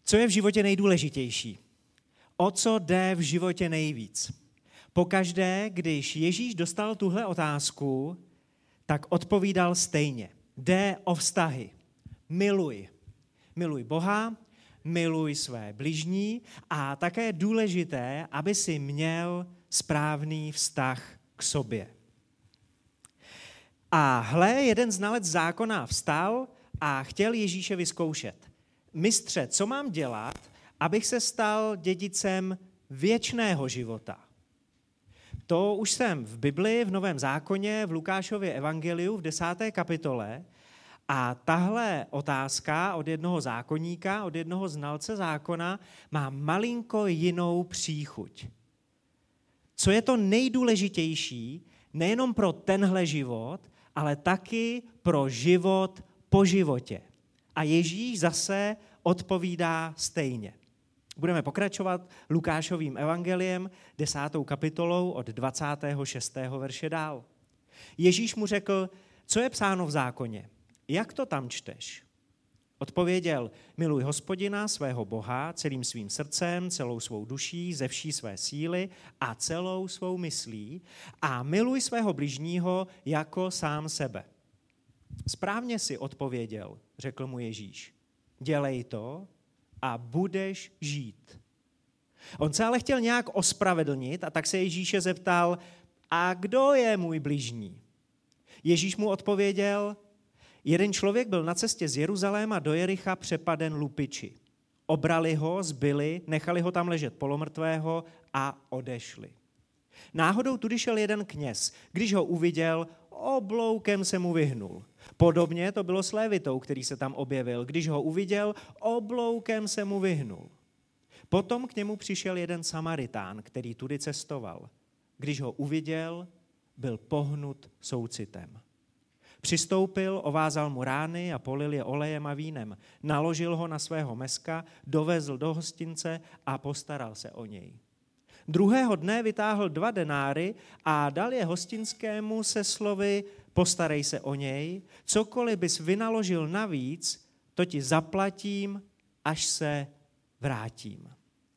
Co je v životě nejdůležitější? O co jde v životě nejvíc? Pokaždé, když Ježíš dostal tuhle otázku, tak odpovídal stejně. Jde o vztahy. Miluj. Miluj Boha, miluj své bližní a také je důležité, aby si měl správný vztah k sobě. A hle, jeden znalec zákona vstal a chtěl Ježíše vyzkoušet. Mistře, co mám dělat, abych se stal dědicem věčného života? To už jsem v Bibli, v Novém zákoně, v Lukášově evangeliu v 10. kapitole a tahle otázka od jednoho zákoníka, od jednoho znalce zákona má malinko jinou příchuť. Co je to nejdůležitější nejenom pro tenhle život, ale taky pro život po životě. A Ježíš zase odpovídá stejně. Budeme pokračovat Lukášovým evangeliem 10. kapitolou od 26. verše dál. Ježíš mu řekl, co je psáno v zákoně, jak to tam čteš? Odpověděl, miluj Hospodina, svého Boha, celým svým srdcem, celou svou duší, ze vší své síly a celou svou myslí a miluj svého bližního jako sám sebe. Správně si odpověděl, řekl mu Ježíš. Dělej to a budeš žít. On se ale chtěl nějak ospravedlnit a tak se Ježíše zeptal, a kdo je můj bližní? Ježíš mu odpověděl, jeden člověk byl na cestě z Jeruzaléma do Jericha přepaden lupiči. Obrali ho, zbili, nechali ho tam ležet polomrtvého a odešli. Náhodou tudy šel jeden kněz. Když ho uviděl, obloukem se mu vyhnul. Podobně to bylo s Lévitou, který se tam objevil. Když ho uviděl, obloukem se mu vyhnul. Potom k němu přišel jeden Samaritán, který tudy cestoval. Když ho uviděl, byl pohnut soucitem. Přistoupil, ovázal mu rány a polil je olejem a vínem. Naložil ho na svého meska, dovezl do hostince a postaral se o něj. Druhého dne vytáhl 2 denáry a dal je hostinskému se slovy postarej se o něj, cokoliv bys vynaložil navíc, to ti zaplatím, až se vrátím.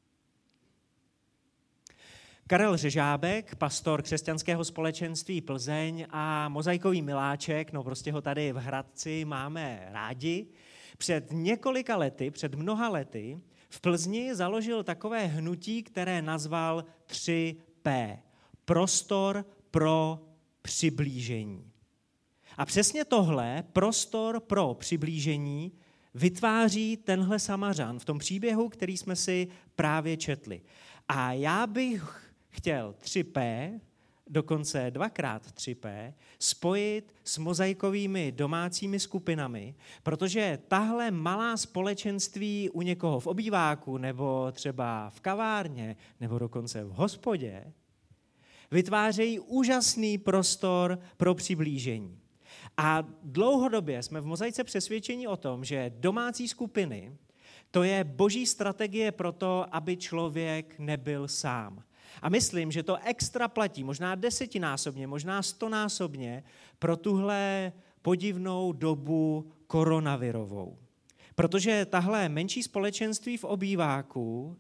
Karel Řežábek, pastor křesťanského společenství Plzeň a mozaikový miláček, no prostě ho tady v Hradci máme rádi, před několika lety, před mnoha lety, v Plzni založil takové hnutí, které nazval 3P. Prostor pro přiblížení. A přesně tohle, prostor pro přiblížení, vytváří tenhle Samařan v tom příběhu, který jsme si právě četli. A já bych chtěl 3P, dokonce 2x3P, spojit s mozaikovými domácími skupinami, protože tahle malá společenství u někoho v obýváku nebo třeba v kavárně nebo dokonce v hospodě vytvářejí úžasný prostor pro přiblížení. A dlouhodobě jsme v Mozaice přesvědčeni o tom, že domácí skupiny to je boží strategie pro to, aby člověk nebyl sám. A myslím, že to extra platí, možná 10násobně, možná 100násobně pro tuhle podivnou dobu koronavirovou. Protože tahle menší společenství v obýváku,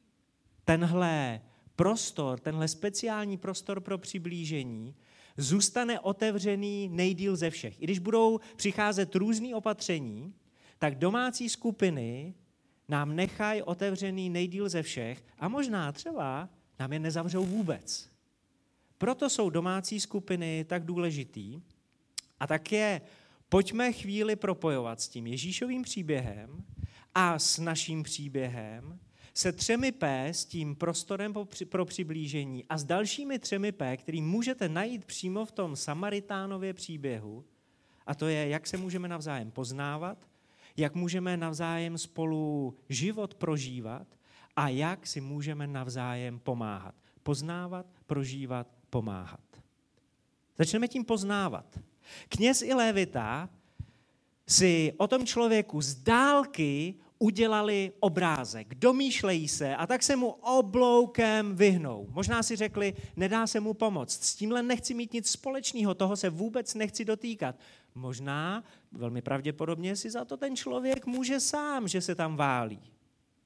tenhle prostor, tenhle speciální prostor pro přiblížení, zůstane otevřený nejdýl ze všech. I když budou přicházet různý opatření, tak domácí skupiny nám nechají otevřený nejdýl ze všech a možná třeba nám je nezavřou vůbec. Proto jsou domácí skupiny tak důležitý a tak je pojďme chvíli propojovat s tím Ježíšovým příběhem a s naším příběhem, se 3P, s tím prostorem pro přiblížení a s dalšími 3P, který můžete najít přímo v tom Samaritánově příběhu, a to je, jak se můžeme navzájem poznávat, jak můžeme navzájem spolu život prožívat a jak si můžeme navzájem pomáhat. Poznávat, prožívat, pomáhat. Začneme tím poznávat. Kněz i lévita si o tom člověku z dálky udělali obrázek, domýšlejí se a tak se mu obloukem vyhnou. Možná si řekli, nedá se mu pomoct, s tímhle nechci mít nic společného, toho se vůbec nechci dotýkat. Možná, velmi pravděpodobně si za to ten člověk může sám, že se tam válí.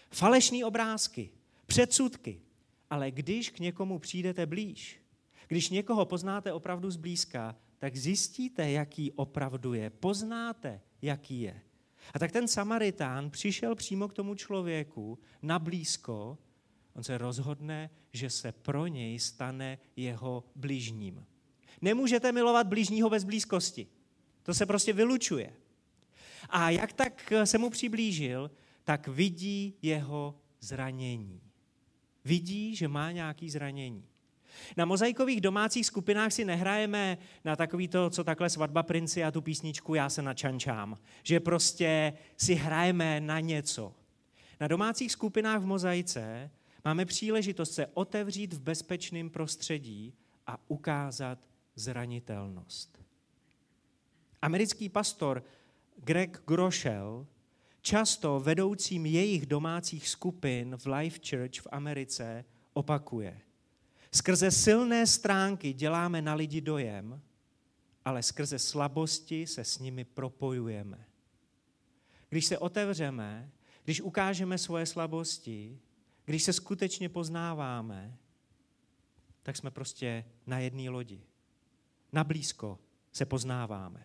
falešné obrázky, předsudky. Ale když k někomu přijdete blíž, když někoho poznáte opravdu zblízka, tak zjistíte, jaký opravdu je. Poznáte, jaký je. A tak ten Samaritán přišel přímo k tomu člověku na blízko. On se rozhodne, že se pro něj stane jeho bližním. Nemůžete milovat bližního bez blízkosti. To se prostě vylučuje. A jak tak se mu přiblížil, tak vidí jeho zranění. Vidí, že má nějaké zranění. Na mozaikových domácích skupinách si nehrajeme na takový to, co takhle Svatba princi a tu písničku Já se načančám. Že prostě si hrajeme na něco. Na domácích skupinách v mozaice máme příležitost se otevřít v bezpečném prostředí a ukázat zranitelnost. Americký pastor Greg Groeschel často vedoucím jejich domácích skupin v Life Church v Americe opakuje. Skrze silné stránky děláme na lidi dojem, ale skrze slabosti se s nimi propojujeme. Když se otevřeme, když ukážeme svoje slabosti, když se skutečně poznáváme, tak jsme prostě na jedné lodi. Nablízko se poznáváme.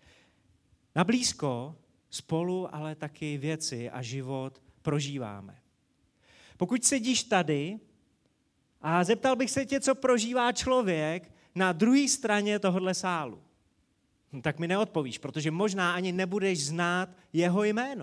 Nablízko spolu ale taky věci a život prožíváme. Pokud sedíš tady a zeptal bych se tě, co prožívá člověk na druhé straně tohohle sálu, tak mi neodpovíš, protože možná ani nebudeš znát jeho jméno.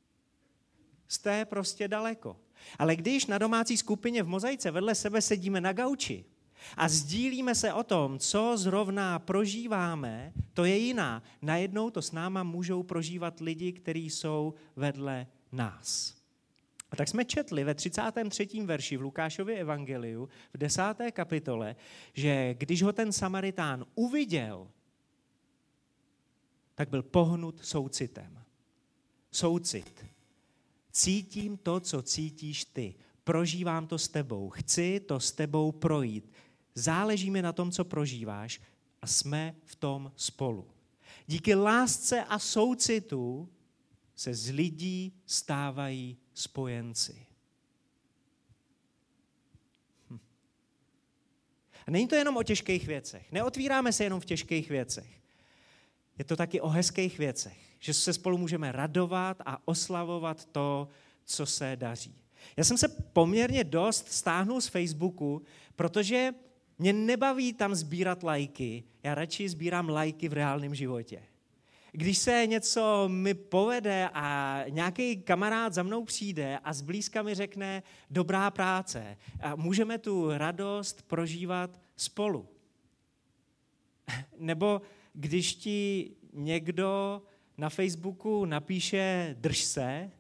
Jste prostě daleko. Ale když na domácí skupině v Mozaice vedle sebe sedíme na gauči a sdílíme se o tom, co zrovna prožíváme, to je jiná. Najednou to s náma můžou prožívat lidi, kteří jsou vedle nás. A tak jsme četli ve 33. verši v Lukášově evangeliu v 10. kapitole, že když ho ten Samaritán uviděl, tak byl pohnut soucitem. Soucit. Cítím to, co cítíš ty. Prožívám to s tebou. Chci to s tebou projít. Záleží mi na tom, co prožíváš a jsme v tom spolu. Díky lásce a soucitu se z lidí stávají spojenci. A není to jenom o těžkých věcech. Neotvíráme se jenom v těžkých věcech. Je to taky o hezkých věcech. Že se spolu můžeme radovat a oslavovat to, co se daří. Já jsem se poměrně dost stáhnul z Facebooku, protože mě nebaví tam sbírat lajky. Já radši sbírám lajky v reálném životě. Když se něco mi povede a nějaký kamarád za mnou přijde a zblízka mi řekne dobrá práce a můžeme tu radost prožívat spolu. Nebo když ti někdo na Facebooku napíše drž se,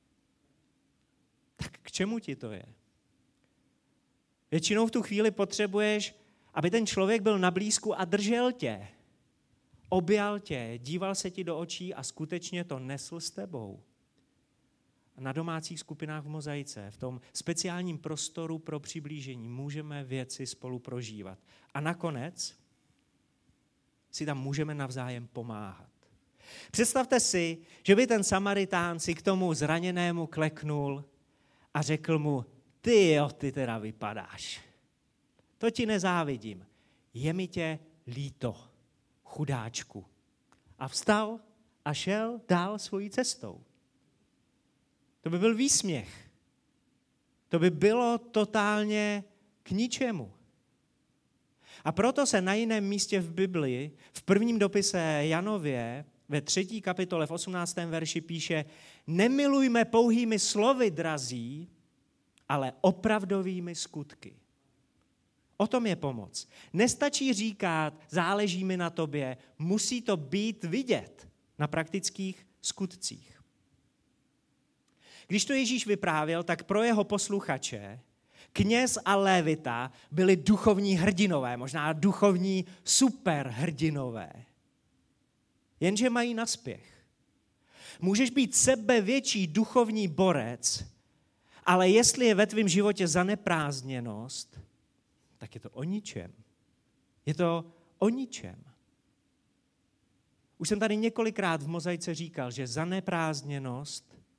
tak k čemu ti to je? Většinou v tu chvíli potřebuješ, aby ten člověk byl na blízku a držel tě. Objal tě, díval se ti do očí a skutečně to nesl s tebou. A na domácích skupinách v Mozaice, v tom speciálním prostoru pro přiblížení, můžeme věci spolu prožívat. A nakonec si tam můžeme navzájem pomáhat. Představte si, že by ten Samaritán si k tomu zraněnému kleknul a řekl mu, ty teda vypadáš. To ti nezávidím. Je mi tě líto, chudáčku. A vstal a šel dál svojí cestou. To by byl výsměch. To by bylo totálně k ničemu. A proto se na jiném místě v Biblii, v prvním dopise Janově, ve 3. kapitole v 18. verši píše, nemilujme pouhými slovy, drazí, ale opravdovými skutky. O tom je pomoc. Nestačí říkat, záleží mi na tobě, musí to být vidět na praktických skutcích. Když to Ježíš vyprávěl, tak pro jeho posluchače kněz a lévita byli duchovní hrdinové, možná duchovní superhrdinové. Jenže mají naspěch. Můžeš být sebevětší duchovní borec, ale jestli je ve tvém životě zaneprázdněnost, tak je to o ničem. Je to o ničem. Už jsem tady několikrát v Mozaice říkal, že zaneprázdněnost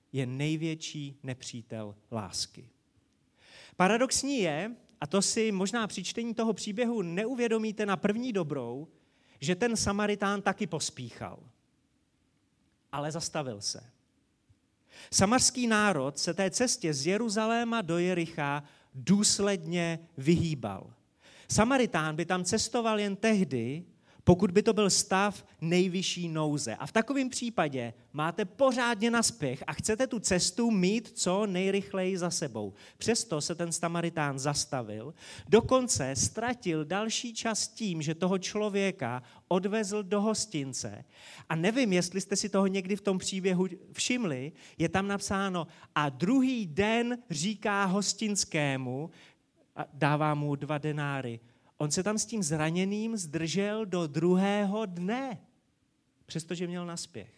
je největší nepřítel lásky. Paradoxní je, a to si možná při čtení toho příběhu neuvědomíte na první dobrou, že ten Samaritán taky pospíchal. Ale zastavil se. Samarský národ se té cestě z Jeruzaléma do Jericha důsledně vyhýbal. Samaritán by tam cestoval jen tehdy, pokud by to byl stav nejvyšší nouze. A v takovém případě máte pořádně na spěch a chcete tu cestu mít co nejrychleji za sebou. Přesto se ten Samaritán zastavil, dokonce ztratil další čas tím, že toho člověka odvezl do hostince. A nevím, jestli jste si toho někdy v tom příběhu všimli, je tam napsáno a druhý den říká hostinskému, a dává mu 2 denáry. On se tam s tím zraněným zdržel do druhého dne, přestože měl naspěch.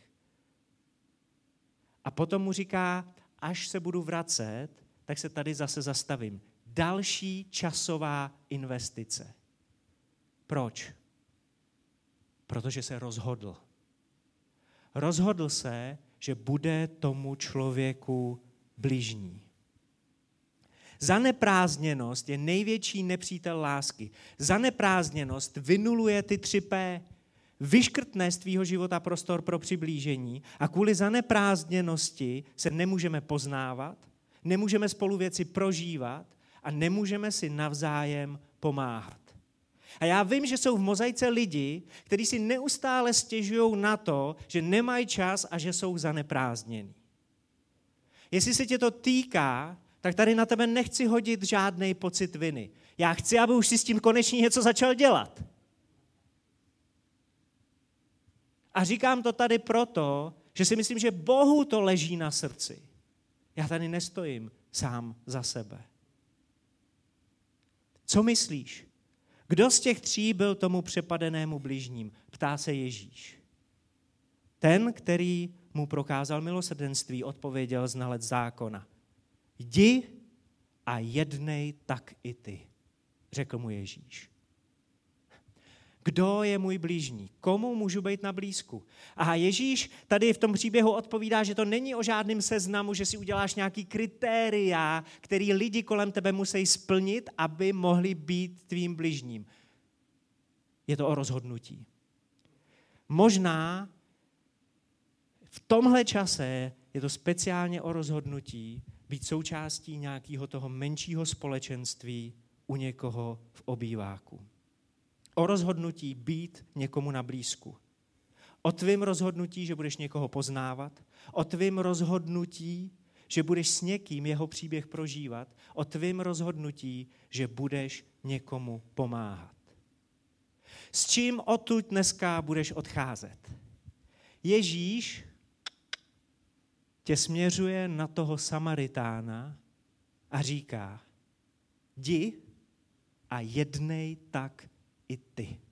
A potom mu říká, až se budu vracet, tak se tady zase zastavím. Další časová investice. Proč? Protože se rozhodl. Rozhodl se, že bude tomu člověku bližní. Zaneprázdněnost je největší nepřítel lásky. Zaneprázdněnost vynuluje ty 3 P. Vyškrtne z tvýho života prostor pro přiblížení a kvůli zaneprázdněnosti se nemůžeme poznávat, nemůžeme spolu věci prožívat a nemůžeme si navzájem pomáhat. A já vím, že jsou v Mozaice lidi, kteří si neustále stěžují na to, že nemají čas a že jsou zaneprázdnění. Jestli se tě to týká, tak tady na tebe nechci hodit žádný pocit viny. Já chci, aby už si s tím konečně něco začal dělat. A říkám to tady proto, že si myslím, že Bohu to leží na srdci. Já tady nestojím sám za sebe. Co myslíš? Kdo z těch 3 byl tomu přepadenému bližním? Ptá se Ježíš. Ten, který mu prokázal milosrdenství, odpověděl znalec zákona. Jdi a jednej tak i ty, řekl mu Ježíš. Kdo je můj blížní? Komu můžu být na blízku? A Ježíš tady v tom příběhu odpovídá, že to není o žádném seznamu, že si uděláš nějaký kritéria, který lidi kolem tebe musí splnit, aby mohli být tvým bližním. Je to o rozhodnutí. Možná v tomhle čase je to speciálně o rozhodnutí být součástí nějakého toho menšího společenství u někoho v obýváku. O rozhodnutí být někomu na blízku. O tvým rozhodnutí, že budeš někoho poznávat. O tvým rozhodnutí, že budeš s někým jeho příběh prožívat. O tvým rozhodnutí, že budeš někomu pomáhat. S čím odtud dneska budeš odcházet? Ježíš tě směřuje na toho Samaritána a říká, jdi a jednej tak i ty.